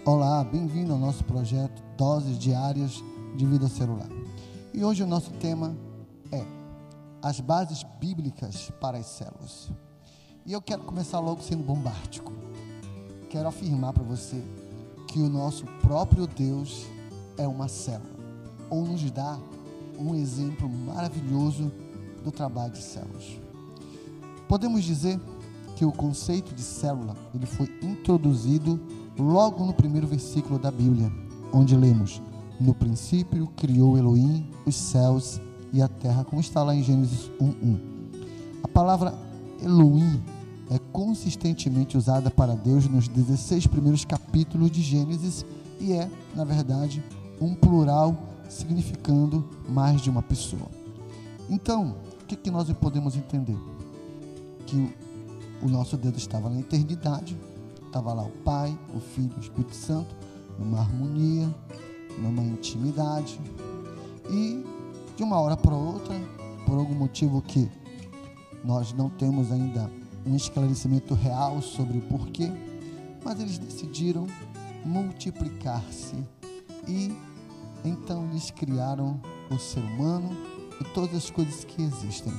Olá, bem-vindo ao nosso projeto Doses Diárias de Vida Celular. E hoje o nosso tema é as bases bíblicas para as células. E eu quero começar logo sendo bombástico. Quero afirmar para você que o nosso próprio Deus é uma célula, ou nos dá um exemplo maravilhoso do trabalho de células. Podemos dizer que o conceito de célula ele foi introduzido logo no primeiro versículo da Bíblia, onde lemos: no princípio criou Elohim os céus e a terra, como está lá em Gênesis 1:1. A palavra Elohim é consistentemente usada para Deus nos 16 primeiros capítulos de Gênesis e é, na verdade, um plural significando mais de uma pessoa. Então, o que nós podemos entender? Que o nosso Deus estava na eternidade, estava lá o Pai, o Filho e o Espírito Santo, numa harmonia, numa intimidade, e de uma hora para outra, por algum motivo que nós não temos ainda um esclarecimento real sobre o porquê, mas eles decidiram multiplicar-se e então eles criaram o ser humano e todas as coisas que existem.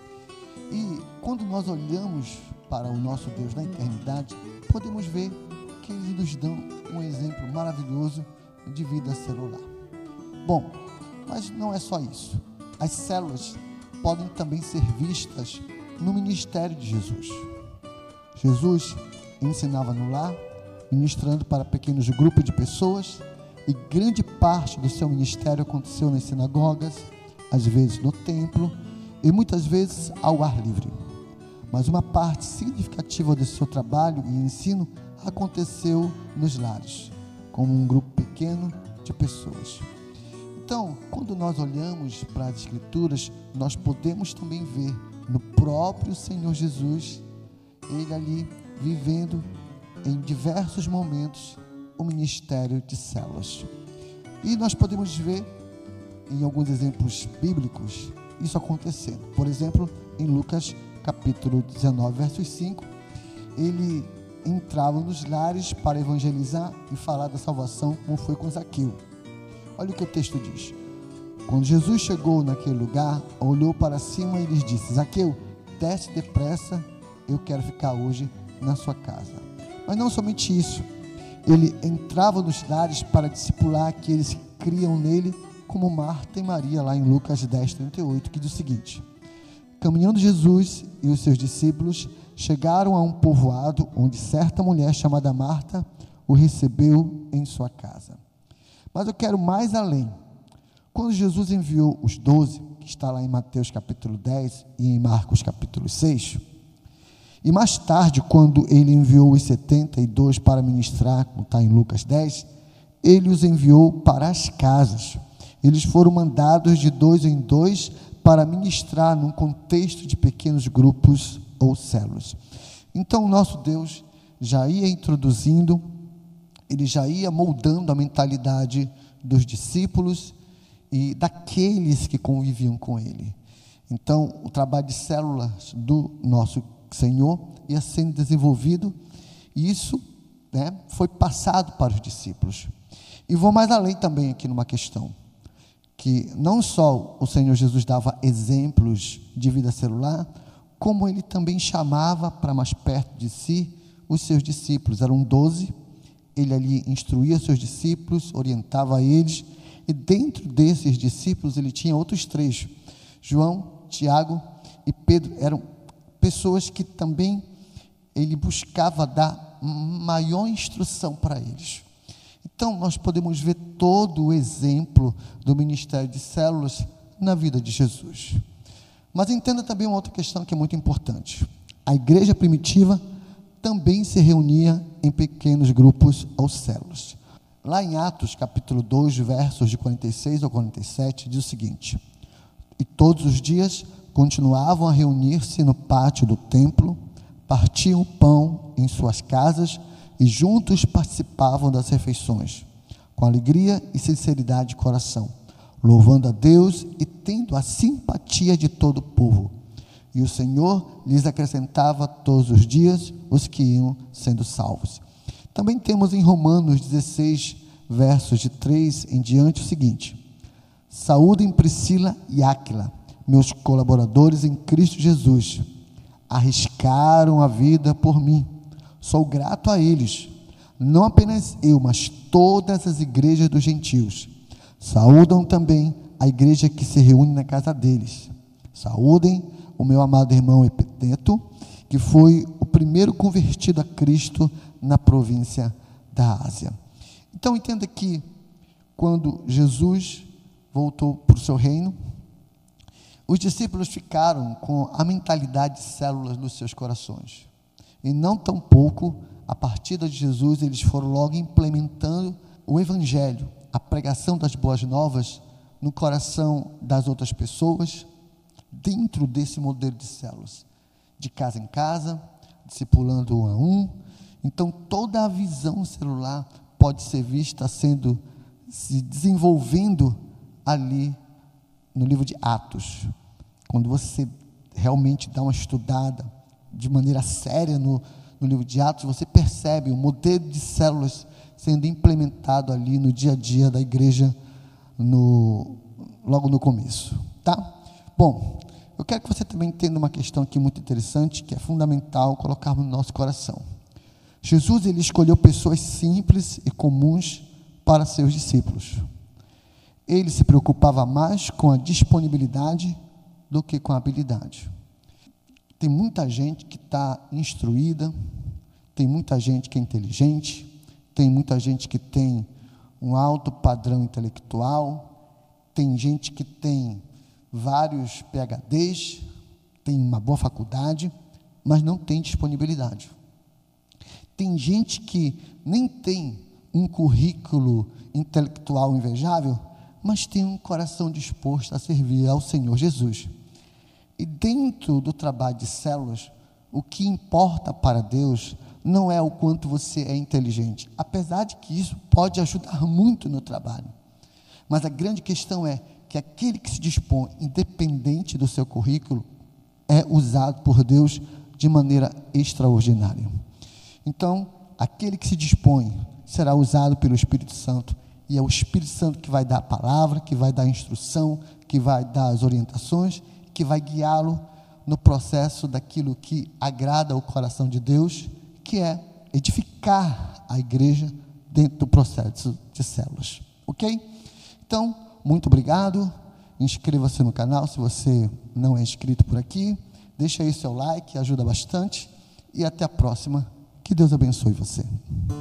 E quando nós olhamos para o nosso Deus na eternidade, podemos ver que eles nos dão um exemplo maravilhoso de vida celular. Bom, mas não é só isso. As células podem também ser vistas no ministério de Jesus. Jesus ensinava no lar, ministrando para pequenos grupos de pessoas, e grande parte do seu ministério aconteceu nas sinagogas, às vezes no templo, e muitas vezes ao ar livre. Mas uma parte significativa do seu trabalho e ensino aconteceu nos lares, como um grupo pequeno de pessoas. Então, quando nós olhamos para as Escrituras, nós podemos também ver no próprio Senhor Jesus, ele ali vivendo em diversos momentos o ministério de células. E nós podemos ver em alguns exemplos bíblicos isso acontecendo. Por exemplo, em Lucas capítulo 19, versos 5, ele entrava nos lares para evangelizar e falar da salvação, como foi com Zaqueu. Olha o que o texto diz. Quando Jesus chegou naquele lugar, olhou para cima e lhes disse: Zaqueu, desce depressa, eu quero ficar hoje na sua casa. Mas não somente isso, ele entrava nos lares para discipular aqueles que criam nele, como Marta e Maria, lá em Lucas 10:38, que diz o seguinte: caminhando Jesus e os seus discípulos chegaram a um povoado onde certa mulher chamada Marta o recebeu em sua casa. Mas eu quero mais além. Quando Jesus enviou os 12, que está lá em Mateus capítulo 10 e em Marcos capítulo 6, e mais tarde, quando ele enviou os 72 para ministrar, como está em Lucas 10, ele os enviou para as casas. Eles foram mandados de 2 em 2 para ministrar num contexto de pequenos grupos ou células. Então o nosso Deus já ia introduzindo, ele já ia moldando a mentalidade dos discípulos e daqueles que conviviam com ele. Então o trabalho de células do nosso Senhor ia sendo desenvolvido, e isso, foi passado para os discípulos. E vou mais além também aqui numa questão, que não só o Senhor Jesus dava exemplos de vida celular, como ele também chamava para mais perto de si os seus discípulos. Eram 12, ele ali instruía seus discípulos, orientava eles, e dentro desses discípulos ele tinha outros 3, João, Tiago e Pedro. Eram pessoas que também ele buscava dar maior instrução para eles. Então, nós podemos ver todo o exemplo do ministério de células na vida de Jesus. Mas entenda também uma outra questão que é muito importante. A igreja primitiva também se reunia em pequenos grupos ou células. Lá em Atos, capítulo 2, versos de 46 ao 47, diz o seguinte: e todos os dias continuavam a reunir-se no pátio do templo, partiam o pão em suas casas e juntos participavam das refeições, com alegria e sinceridade de coração, louvando a Deus e tendo a simpatia de todo o povo. E o Senhor lhes acrescentava todos os dias os que iam sendo salvos. Também temos em Romanos 16, versos de 3 em diante, o seguinte: saúdem Priscila e Áquila, meus colaboradores em Cristo Jesus. Arriscaram a vida por mim. Sou grato a eles. Não apenas eu, mas todas as igrejas dos gentios. Saúdam também a igreja que se reúne na casa deles. Saúdem o meu amado irmão Epineto, que foi o primeiro convertido a Cristo na província da Ásia. Então entenda que quando Jesus voltou para o seu reino, os discípulos ficaram com a mentalidade de células nos seus corações. E não tão pouco, a partir de Jesus, eles foram logo implementando o evangelho, a pregação das boas novas no coração das outras pessoas, dentro desse modelo de células, de casa em casa, discipulando um a um. Então toda a visão celular pode ser vista se desenvolvendo ali no livro de Atos. Quando você realmente dá uma estudada de maneira séria no livro de Atos, você percebe o modelo de células sendo implementado ali no dia a dia da igreja, logo no começo, tá? Bom, eu quero que você também entenda uma questão aqui muito interessante, que é fundamental colocarmos no nosso coração. Jesus, ele escolheu pessoas simples e comuns para seus discípulos. Ele se preocupava mais com a disponibilidade do que com a habilidade. Tem muita gente que está instruída, tem muita gente que é inteligente, tem muita gente que tem um alto padrão intelectual, tem gente que tem vários PhDs, tem uma boa faculdade, mas não tem disponibilidade. Tem gente que nem tem um currículo intelectual invejável, mas tem um coração disposto a servir ao Senhor Jesus. E dentro do trabalho de células, o que importa para Deus não é o quanto você é inteligente, apesar de que isso pode ajudar muito no trabalho. Mas a grande questão é que aquele que se dispõe, independente do seu currículo, é usado por Deus de maneira extraordinária. Então, aquele que se dispõe será usado pelo Espírito Santo, e é o Espírito Santo que vai dar a palavra, que vai dar a instrução, que vai dar as orientações, que vai guiá-lo no processo daquilo que agrada ao coração de Deus, que é edificar a igreja dentro do processo de células, ok? Então, muito obrigado, inscreva-se no canal se você não é inscrito por aqui, deixa aí seu like, ajuda bastante, e até a próxima, que Deus abençoe você.